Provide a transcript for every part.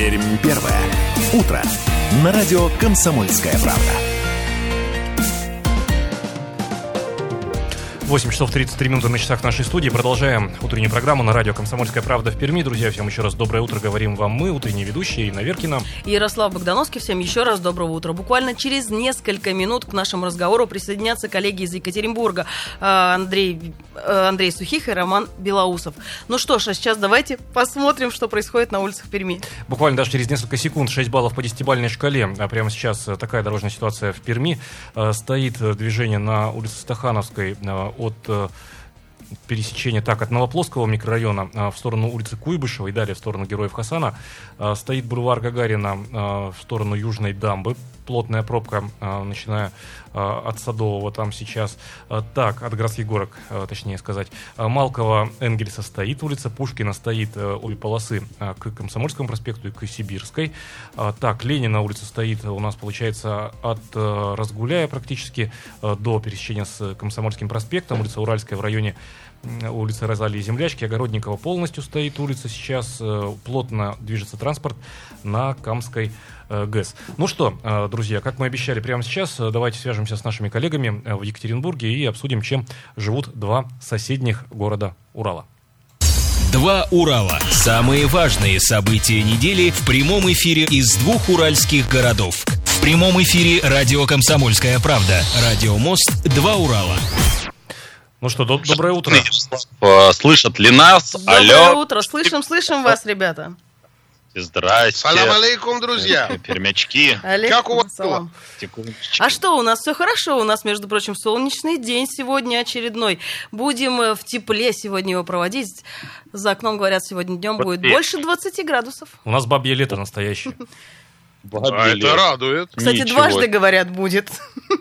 Пермь первое. Утро. На радио «Комсомольская правда». 8 часов 33 минуты на часах нашей студии. Продолжаем утреннюю программу на радио «Комсомольская правда» в Перми. Друзья, всем еще раз доброе утро говорим вам мы, утренние ведущие Инна Веркина и Ярослав Богдановский. Всем еще раз доброго утра. Буквально через несколько минут к нашему разговору присоединятся коллеги из Екатеринбурга Андрей Сухих и Роман Белоусов. Ну что ж, а сейчас давайте посмотрим, что происходит на улицах Перми. Буквально даже через несколько секунд 6 баллов по 10-бальной шкале. А прямо сейчас такая дорожная ситуация в Перми. Стоит движение на улице Стахановской от пересечения от Новоплоского микрорайона в сторону улицы Куйбышева и далее в сторону Героев Хасана. Стоит бульвар Гагарина в сторону Южной дамбы. Плотная пробка, начиная от Садового там сейчас. Так, от Городских горок, точнее сказать. Малкова, Энгельса стоит улица, Пушкина стоит обе полосы к Комсомольскому проспекту и к Сибирской. Так, Ленина улица стоит у нас, получается, от Разгуляя практически до пересечения с Комсомольским проспектом. Улица Уральская в районе улицы Розалии Землячки. Огородникова полностью стоит улица сейчас. Плотно движется транспорт на Камской ГЭС. Ну что, друзья, как мы обещали прямо сейчас, давайте свяжемся с нашими коллегами в Екатеринбурге и обсудим, чем живут два соседних города Урала. Два Урала. Самые важные события недели в прямом эфире из двух уральских городов. В прямом эфире радио «Комсомольская правда». Радио «Мост», два Урала. Ну что, доброе утро. Слышат ли нас? Доброе утро. Слышим вас, ребята. Здрасте. Салам алейкум, друзья. Пермячки. Как у вас дела? А что, у нас все хорошо. У нас, между прочим, солнечный день сегодня очередной. Будем в тепле сегодня его проводить. За окном, говорят, сегодня днем будет больше 20 градусов. У нас бабье лето настоящее. Это радует. Кстати, дважды, говорят, будет.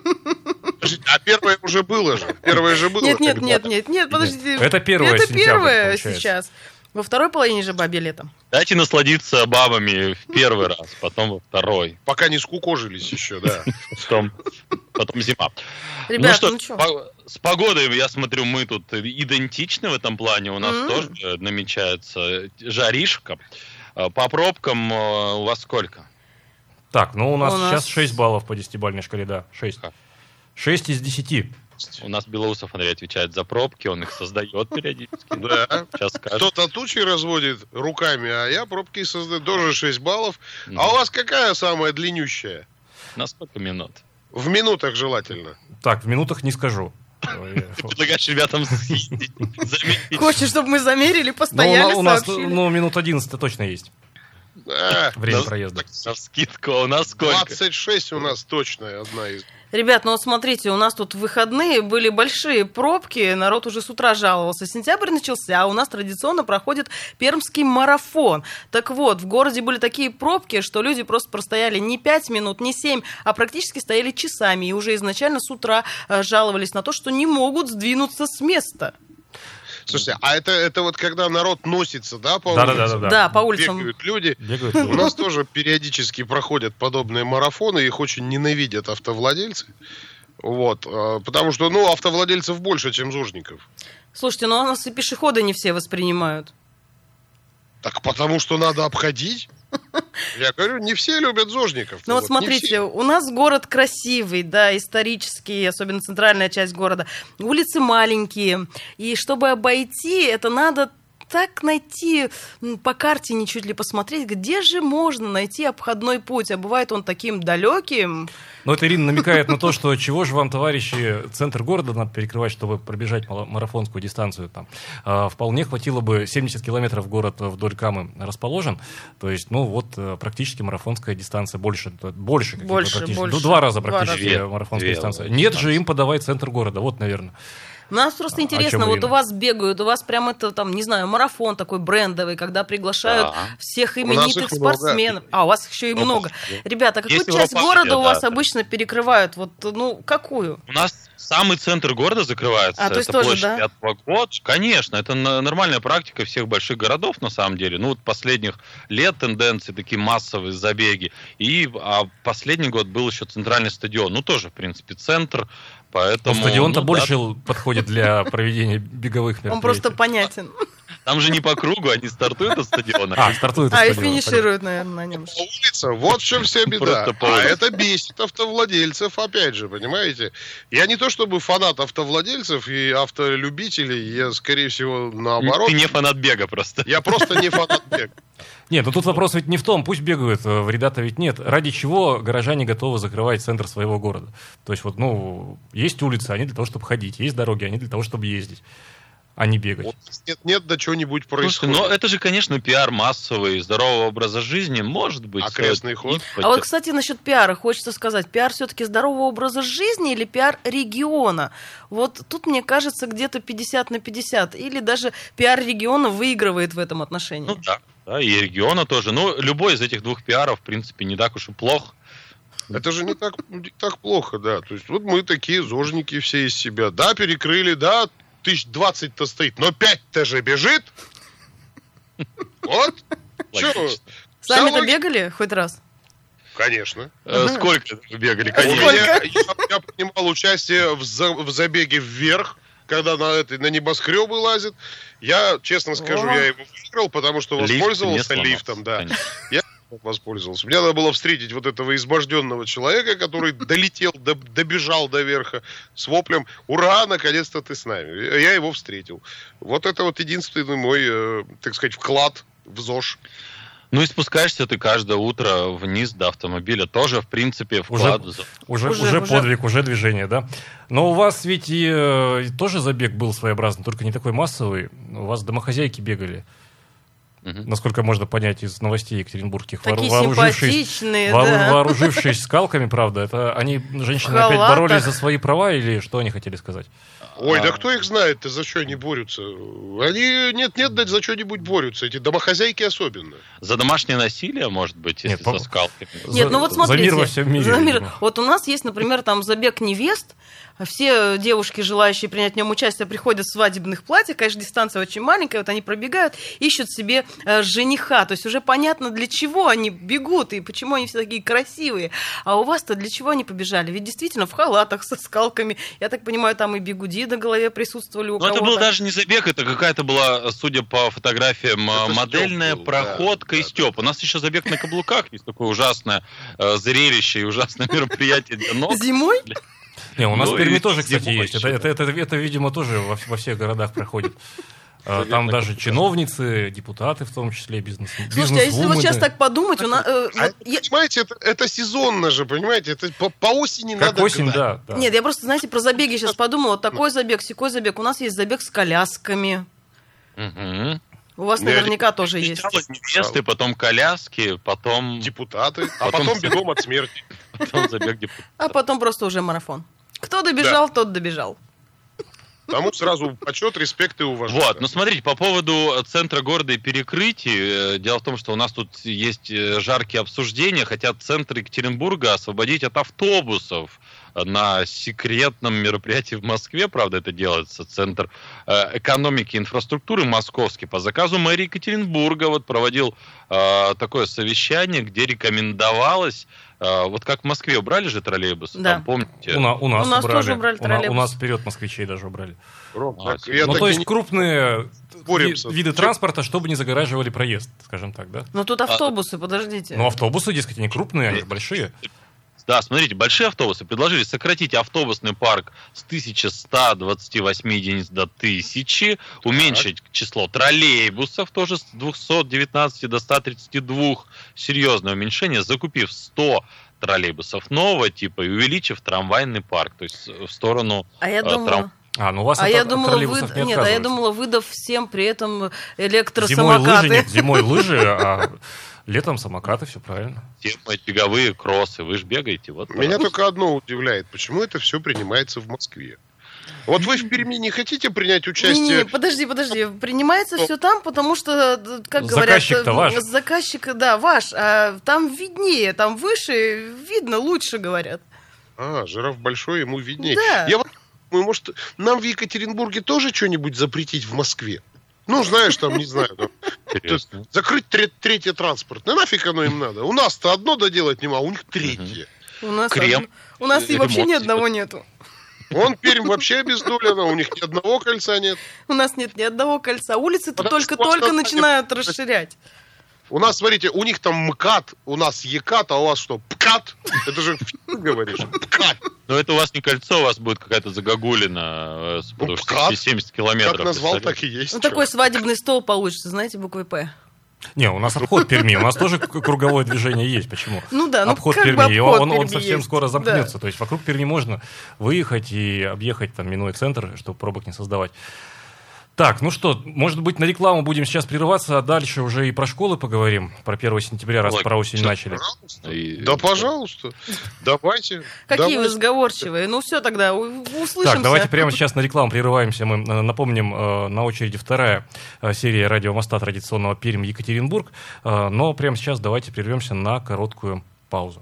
А первое уже было же. Первое же было. Нет, подождите. Это первое Это сентября, первое получается. сейчас. Во второй половине же бабье лето. Дайте насладиться бабами в первый раз, потом во второй. Пока не скукожились еще, да. Потом зима. Ребят, ну что, с погодой, я смотрю, мы тут идентичны в этом плане. У нас тоже намечается жаришка. По пробкам у вас сколько? Так, ну у нас сейчас 6 баллов по 10-бальной шкале, да, 6. 6 из 10. У нас Белоусов Андрей отвечает за пробки, он их создает периодически. Да. Кто-то тучи разводит руками, а я пробки создаю. Тоже 6 баллов. А у вас какая самая длиннющая? На сколько минут? В минутах желательно. Так, в минутах не скажу. Ты предлагаешь ребятам съездить, заметить? Хочешь, чтобы мы замерили, постояли, сообщили? Ну, минут 11 точно есть. Время проезда. Скидка у нас сколько? 26 у нас точно одна из. Ребят, ну вот смотрите, у нас тут в выходные были большие пробки, народ уже с утра жаловался. Сентябрь начался, а у нас традиционно проходит пермский марафон. Так вот, в городе были такие пробки, что люди просто простояли не 5 минут, не 7, а практически стояли часами. И уже изначально с утра жаловались на то, что не могут сдвинуться с места. Слушайте, а это вот когда народ носится, да, по улицам? Да, по улицам. Бегают люди. У нас тоже периодически проходят подобные марафоны, их очень ненавидят автовладельцы. Вот, потому что, автовладельцев больше, чем зожников. Слушайте, у нас и пешеходы не все воспринимают. Так потому что надо обходить. Я говорю, не все любят зожников. Ну вот смотрите, у нас город красивый, да, исторический, особенно центральная часть города. Улицы маленькие, и чтобы обойти, это надо так найти по карте, не чуть ли посмотреть, где же можно найти обходной путь, а бывает он таким далеким. Ну, это Ирина намекает на то, что чего же вам, товарищи, центр города надо перекрывать, чтобы пробежать марафонскую дистанцию. Там. Вполне хватило бы 70 километров город вдоль Камы расположен. То есть, практически марафонская дистанция больше. Больше. 2 раза практически марафонская дистанция. Нет же им подавать центр города. Вот, наверное. Нас просто интересно, вот у вас бегают, у вас прям это, там, не знаю, марафон такой брендовый, когда приглашают всех именитых спортсменов. У вас еще и много. Ребята, какую часть города у вас обычно перекрывают? Вот, какую? У нас самый центр города закрывается. То есть это тоже, площадь 5 года. Конечно, это нормальная практика всех больших городов, на самом деле. Последних лет тенденции такие массовые забеги. А последний год был еще центральный стадион. Тоже, в принципе, центр. Поэтому, стадион-то больше подходит для проведения беговых мероприятий. Он просто понятен. Там же не по кругу, они стартуют от стадиона. Стартуют от И стадиона, финишируют, наверное, на нем. По улицам, вот в чем вся беда. Просто по улицам. Это бесит автовладельцев, опять же, понимаете? Я не то чтобы фанат автовладельцев и автолюбителей, я, скорее всего, наоборот. Ты не фанат бега просто. Я просто не фанат бега. Нет, но тут вопрос ведь не в том, пусть бегают, вреда-то ведь нет. Ради чего горожане готовы закрывать центр своего города? То есть вот, есть улицы, они для того, чтобы ходить, есть дороги, они для того, чтобы ездить, а не бегать. Вот нет, да что-нибудь Слушайте, происходит. но это же, конечно, пиар массовый, здорового образа жизни, может быть. Окрестный ход. А вот, кстати, насчет пиара хочется сказать. Пиар все-таки здорового образа жизни или пиар региона? Вот тут, мне кажется, где-то 50 на 50. Или даже пиар региона выигрывает в этом отношении. Ну да, и региона тоже. Ну, любой из этих двух пиаров, в принципе, не так уж и плох. Это же не так плохо, да. То есть вот мы такие зожники все из себя. Да, перекрыли, да, 20-то стоит, но 5-то же бежит. Вот. Чё? Сами-то бегали хоть раз? Конечно. Сколько вы бегали? Я принимал участие в забеге вверх, когда на небоскребы лазит. Я, честно скажу, я его выиграл, потому что воспользовался лифтом. Да. Я воспользовался. Мне надо было встретить вот этого изможденного человека, который долетел, добежал до верха с воплем: «Ура, наконец-то ты с нами!» Я его встретил. Вот это вот единственный мой, так сказать, вклад в ЗОЖ. Ну и спускаешься ты каждое утро вниз до автомобиля. Тоже, в принципе, вклад. Уже подвиг, уже движение, да? Но у вас ведь и тоже забег был своеобразный, только не такой массовый. У вас домохозяйки бегали. Насколько можно понять из новостей екатеринбургских, такие симпатичные, да. Вооружившись скалками, правда, это они, женщины, опять боролись за свои права или что они хотели сказать? Ой, да кто их знает-то, за что они борются? Они, нет, да за что-нибудь борются, эти домохозяйки особенно. За домашнее насилие, может быть, если со скалками? Нет, ну вот смотрите. За мир во всем мире. За мир. Вот у нас есть, например, там забег невест. Все девушки, желающие принять в нем участие, приходят в свадебных платьях. Конечно, дистанция очень маленькая. Вот они пробегают, ищут себе жениха. То есть уже понятно, для чего они бегут и почему они все такие красивые. А у вас-то для чего они побежали? Ведь действительно в халатах со скалками. Я так понимаю, там и бигуди на голове присутствовали у кого-то. Но это был даже не забег, это какая-то была, судя по фотографиям, это модельная проходка и стёб. У нас еще забег на каблуках. Есть такое ужасное зрелище и ужасное мероприятие для ног. Зимой? Не, у нас в Перми тоже, кстати, есть. Это, видимо, тоже во всех городах проходит. Там даже чиновницы, депутаты в том числе, бизнесвумены. Слушайте, а если вот сейчас так подумать... Понимаете, это сезонно же, понимаете? Это по осени как надо... осень, да. Нет, я просто, знаете, про забеги сейчас подумала. Такой забег, сякой забег. У нас есть забег с колясками. У вас наверняка тоже есть. Невесты, потом коляски, потом... Депутаты, а потом бегом от смерти. Потом забег депутатов. А потом просто уже марафон. Кто добежал, тот добежал. Тому сразу почет, респект и уважение. Вот, ну смотрите, по поводу центра города и перекрытий. Дело в том, что у нас тут есть жаркие обсуждения. Хотят центр Екатеринбурга освободить от автобусов на секретном мероприятии в Москве. Правда, это делается. Центр экономики и инфраструктуры московский по заказу мэрии Екатеринбурга вот проводил такое совещание, где рекомендовалось. Вот как в Москве убрали же троллейбусы, да. Там, помните? У нас тоже убрали троллейбусы. У нас вперед москвичей даже убрали. То есть крупные виды транспорта, чтобы не загораживали проезд, скажем так, да? Но тут автобусы, подождите. Ну, автобусы, дескать, они крупные, они же большие. Да, смотрите, большие автобусы предложили сократить автобусный парк с 1128 единиц до 1000, уменьшить число троллейбусов тоже с 219 до 132, серьезное уменьшение, закупив 100 троллейбусов нового типа и увеличив трамвайный парк, то есть в сторону я думала... у вас я думала, выдав всем при этом электросамокаты. Зимой лыжи, а летом самокаты, все правильно. Беговые кроссы, вы же бегаете. Вот, меня только одно удивляет, почему это все принимается в Москве. Вот вы в Перми не хотите принять участие? Не, подожди. Принимается все там, потому что, как заказчик-то говорят, ваш. Заказчик, да, ваш. А там виднее, там выше, видно лучше, говорят. Жираф большой, ему виднее. Да. Может, нам в Екатеринбурге тоже что-нибудь запретить в Москве? Ну, знаешь, там, не знаю, закрыть третье транспортное. Нафиг оно им надо? У нас-то одно доделать нема, а у них третье. У нас и вообще ни одного нету. Вон Пермь вообще обездолена, у них ни одного кольца нет. У нас нет ни одного кольца. Улицы-то только-только начинают расширять. У нас, смотрите, у них там МКАД, у нас ЕКАД, а у вас что, ПКАД? Это же ты говоришь, ПКАД. Но это у вас не кольцо, у вас будет какая-то загогулина, потому что 70 километров. Как назвал, так и есть. Ну, такой свадебный стол получится, знаете, буквой «П». Не, у нас обход Перми, у нас тоже круговое движение есть. Почему? Ну да, обход как Перми, бы обход он Перми совсем есть. скоро замкнется. Да. То есть вокруг Перми можно выехать и объехать, там, минуя центр, чтобы пробок не создавать. Так, ну что, может быть, на рекламу будем сейчас прерываться, а дальше уже и про школы поговорим, про 1 сентября, раз про осень начали. Да, пожалуйста, давайте. Какие вы сговорчивые. Ну все, тогда услышимся. Так, давайте прямо сейчас на рекламу прерываемся. Мы напомним, на очереди 2-я серия радиомоста традиционного Пермь-Екатеринбург. Но прямо сейчас давайте прервемся на короткую паузу.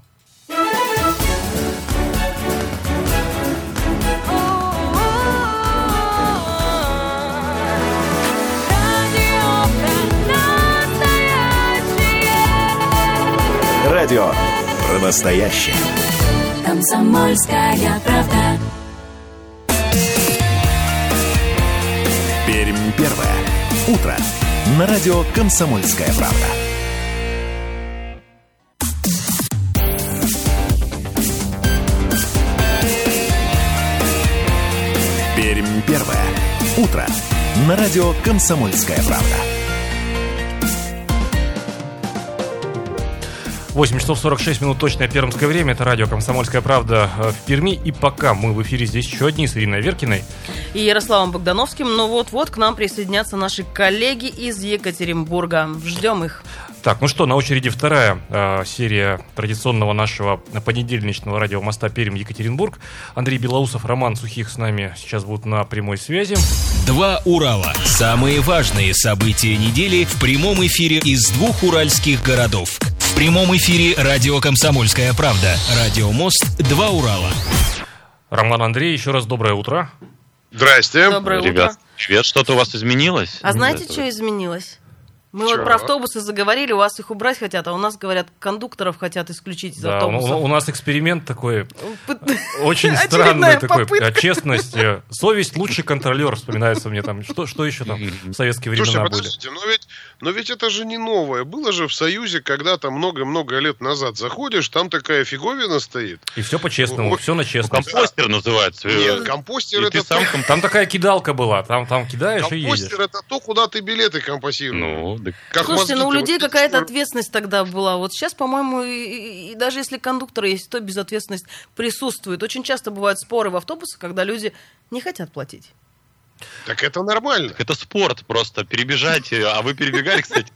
Радио про настоящее. Комсомольская правда. Пермь первое. Утро. На радио «Комсомольская правда». Пермь первое. Утро. На радио «Комсомольская правда». 8 часов 46 минут точное пермское время. Это радио «Комсомольская правда» в Перми. И пока мы в эфире, здесь еще одни с Ириной Веркиной И Ярославом Богдановским. Но вот-вот к нам присоединятся наши коллеги из Екатеринбурга. Ждем их. Так, ну что, на очереди 2-я серия традиционного нашего понедельничного радиомоста Пермь-Екатеринбург. Андрей Белоусов, Роман Сухих с нами сейчас будут на прямой связи. 2 Урала. Самые важные события недели в прямом эфире из 2 уральских городов. В прямом эфире радио «Комсомольская правда». Радио Мост, 2 Урала. Роман, Андрей, еще раз доброе утро. Здрасте. Доброе Ребят, утро. привет, что-то у вас изменилось? А знаете, что изменилось? Мы вот про автобусы заговорили, у вас их убрать хотят, а у нас, говорят, кондукторов хотят исключить из автобусов. У нас эксперимент такой, очень странный такой, честность, совесть лучший контролер, вспоминается мне там, что еще там в советские времена были. Подождите, но ведь это же не новое, было же в Союзе когда-то много-много лет назад, заходишь, там такая фиговина стоит. И все по-честному, все на честность. Компостер называется. Нет, компостер это Там такая кидаалка была, там кидаешь и едешь. Компостер это то, куда ты билеты компостируешь. Слушайте, у людей какая-то ответственность тогда была. Вот сейчас, по-моему, и даже если кондуктор есть, то безответственность присутствует. Очень часто бывают споры в автобусах, когда люди не хотят платить. Так это нормально. Это спорт просто, перебежать, а вы перебегали, кстати,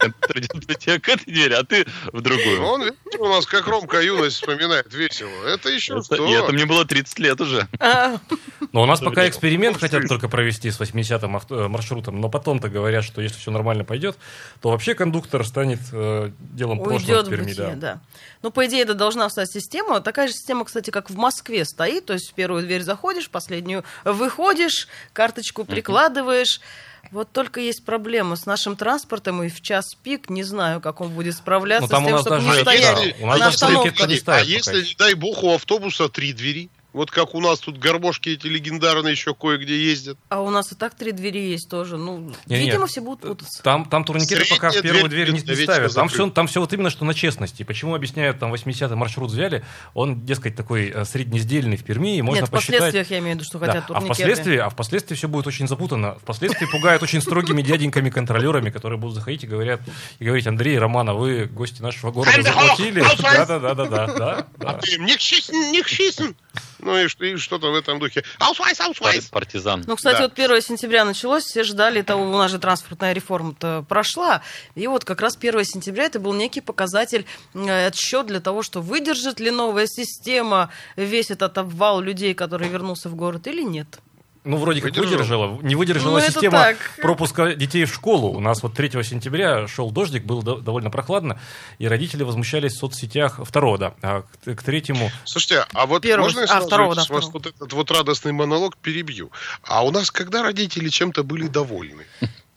к этой двери, а ты в другую. Он, видите, у нас как Ромка юность вспоминает весело. Это еще что? И это мне было 30 лет уже. Но у нас пока эксперимент хотят только провести с 80-м маршрутом, но потом-то говорят, что если все нормально пойдет, то вообще кондуктор станет делом прошлого в Перми. Да. Ну, по идее, это должна стать система. Такая же система, кстати, как в Москве стоит. То есть в первую дверь заходишь, в последнюю выходишь, карточку прикладываешь. Вот только есть проблема с нашим транспортом, и в час пик не знаю, как он будет справляться с тем, чтобы не стоять на остановках. А если, не дай бог, у автобуса 3 двери? Вот как у нас тут горбошки эти легендарные еще кое-где ездят. А у нас и так 3 двери есть тоже. Ну, видимо, все будут путаться. Там турникеты пока в первую дверь не ставят. Там все вот именно что на честности. Почему объясняют, там 80-й маршрут взяли, он, дескать, такой среднездельный в Перми, и можно посчитать... в последствиях, я имею в виду, что хотят турникеты. А впоследствии все будет очень запутанно. Впоследствии пугают очень строгими дяденьками-контролерами, которые будут заходить и говорить: Андрей, Романа, вы гости нашего города заплатили? Да. А ты им не честен. Ну и что-то в этом духе. Аусвайс. Партизан. Ну, кстати, вот 1 сентября началось, все ждали того, у нас же транспортная реформа-то прошла, и вот как раз 1 сентября это был некий показатель, отсчет для того, что выдержит ли новая система весь этот обвал людей, который вернулся в город, или нет. Ну, вроде как выдержала. Не выдержала система пропуска детей в школу. У нас вот 3 сентября шел дождик, было довольно прохладно, и родители возмущались в соцсетях 2-го, да, а к 3-му... Слушайте, а вот можно я сразу вас вот этот вот радостный монолог перебью? А у нас когда родители чем-то были довольны?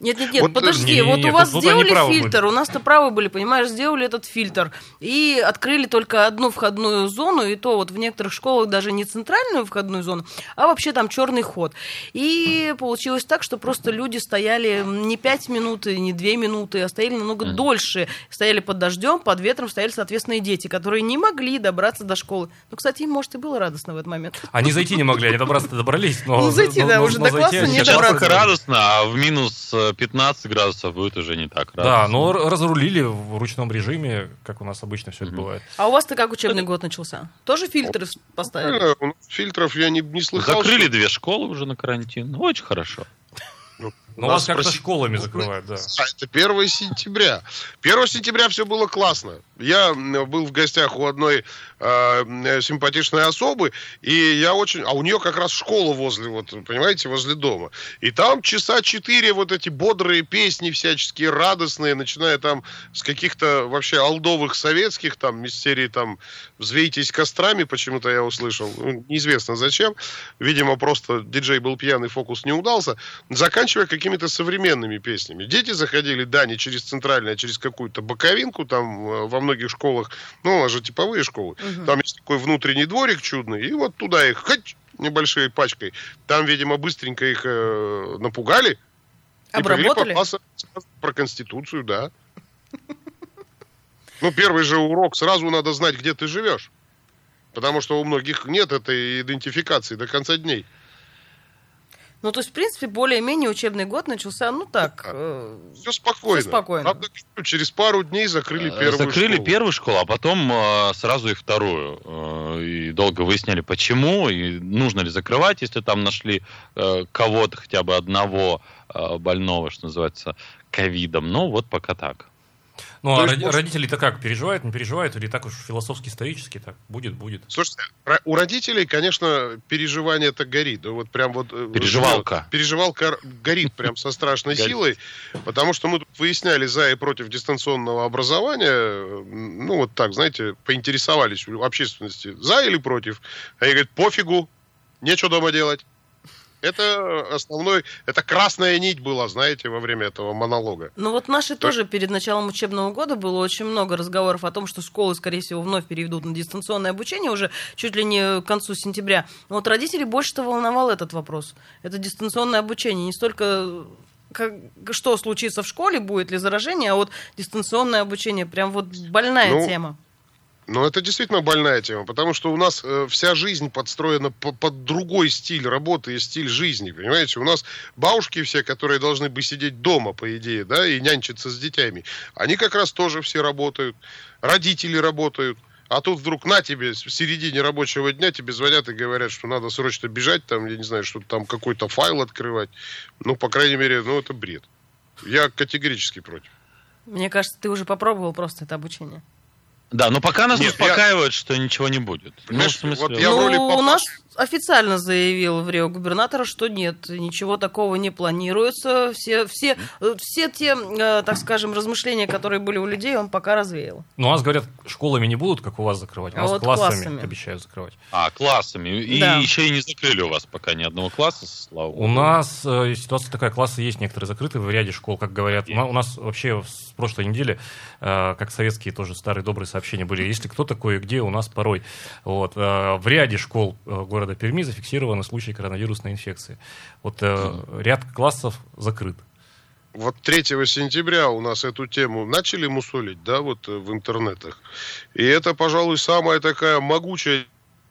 Нет, подожди, у вас сделали фильтр, у нас-то правы были, понимаешь, сделали этот фильтр и открыли только одну входную зону, и то вот в некоторых школах даже не центральную входную зону, а вообще там черный ход. И получилось так, что просто люди стояли не 5 минут, не 2 минуты, а стояли намного дольше, стояли под дождем, под ветром, стояли, соответственно, и дети, которые не могли добраться до школы. Ну, кстати, им, может, и было радостно в этот момент. Они зайти не могли, они добраться-то добрались, но... Ну, зайти, да, уже до класса не добраться. Сейчас радостно, а в минус 15 градусов будет уже не так радостно. Да, но разрулили в ручном режиме, как у нас обычно все это бывает. А у вас-то как учебный год начался? Тоже фильтры поставили? Фильтров я не слыхал. Закрыли 2 школы уже на карантин. Очень хорошо. Но вас как-то школами закрывают, да. Это 1 сентября. 1 сентября все было классно. Я был в гостях у одной симпатичной особы, и я очень... А у нее как раз школа возле, вот, понимаете, возле дома. И там часа 4 вот эти бодрые песни всяческие, радостные, начиная там с каких-то вообще олдовых советских, там, из серии там «Взвейтесь кострами», почему-то я услышал. Ну, неизвестно зачем. Видимо, просто диджей был пьяный, фокус не удался. Заканчивая какими-то современными песнями. Дети заходили, да, не через центральную, а через какую-то боковинку, там во многих школах, ну, у нас же типовые школы, там есть такой внутренний дворик чудный, и вот туда их, небольшой пачкой, там, видимо, быстренько их напугали, обработали? И привели про Конституцию, да. Ну, первый же урок, сразу надо знать, где ты живешь, потому что у многих нет этой идентификации до конца дней. Ну, то есть, в принципе, более-менее учебный год начался, ну так... Все спокойно. Правда, через пару дней закрыли первую школу. Закрыли первую школу, а потом сразу и вторую. И долго выясняли, почему, и нужно ли закрывать, если там нашли кого-то, хотя бы одного больного, что называется, ковидом. Ну, вот пока так. Ну, а родители-то как, переживают, не переживают, или так уж философски-исторически так? Будет. Слушайте, у родителей, конечно, переживание-то горит. Вот прям вот... Переживалка горит прям со страшной силой, потому что мы тут выясняли за и против дистанционного образования, ну, вот так, знаете, поинтересовались у общественности, за или против. Они говорят, пофигу, нечего дома делать. Это основной, это красная нить была, знаете, во время этого монолога. Ну вот наши тоже перед началом учебного года было очень много разговоров о том, что школы, скорее всего, вновь переведут на дистанционное обучение уже чуть ли не к концу сентября. Но вот родителей больше-то волновал этот вопрос. Это дистанционное обучение. Не столько что случится в школе, будет ли заражение, а вот дистанционное обучение. Прям вот больная тема. Ну, это действительно больная тема, потому что у нас вся жизнь подстроена под другой стиль работы и стиль жизни, понимаете? У нас бабушки все, которые должны бы сидеть дома, по идее, да, и нянчиться с детьми, они как раз тоже все работают, родители работают, а тут вдруг на тебе в середине рабочего дня тебе звонят и говорят, что надо срочно бежать, там, я не знаю, что-то там какой-то файл открывать. Ну, по крайней мере, ну, это бред. Я категорически против. Мне кажется, ты уже попробовал просто это обучение. Да, но пока нас успокаивают, что ничего не будет. У нас официально заявил в Рио губернатор, что нет, ничего такого не планируется. Все те, так скажем, размышления, которые были у людей, он пока развеял. Ну, у нас, говорят, школами не будут, как у вас, закрывать, у нас вот классами обещают закрывать. Классами. И еще и не закрыли у вас пока ни одного класса, слава богу. У нас ситуация такая, классы есть некоторые закрыты в ряде школ, как говорят. У нас вообще с прошлой недели, как советские тоже старые добрые сообщения были, если кто такой, где у нас порой. Вот. В ряде школ города Перми зафиксированы случаи коронавирусной инфекции. Вот ряд классов закрыт. Вот 3 сентября у нас эту тему начали мусолить, да, вот в интернетах. И это, пожалуй, самая такая могучая...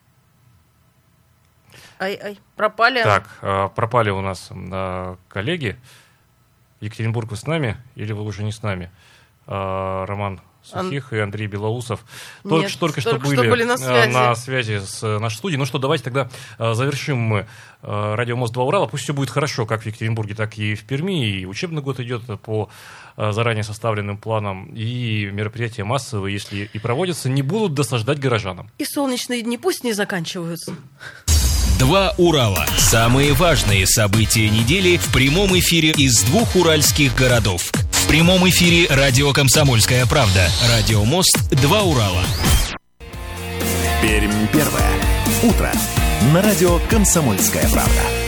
Пропали. Так, пропали у нас коллеги. Екатеринбург, вы с нами или вы уже не с нами? Роман Сухих и Андрей Белоусов только что были на связи с нашей студией. Ну что, давайте тогда завершим мы Радио Мост 2 Урала. Пусть все будет хорошо, как в Екатеринбурге, так и в Перми. И учебный год идет по заранее составленным планам. И мероприятия массовые, если и проводятся, не будут досаждать горожанам. И солнечные дни пусть не заканчиваются. 2 Урала. Самые важные события недели в прямом эфире из 2 уральских городов. В прямом эфире радио «Комсомольская правда». Радио Мост 2 Урала. Пермь первое. Утро. На радио «Комсомольская правда».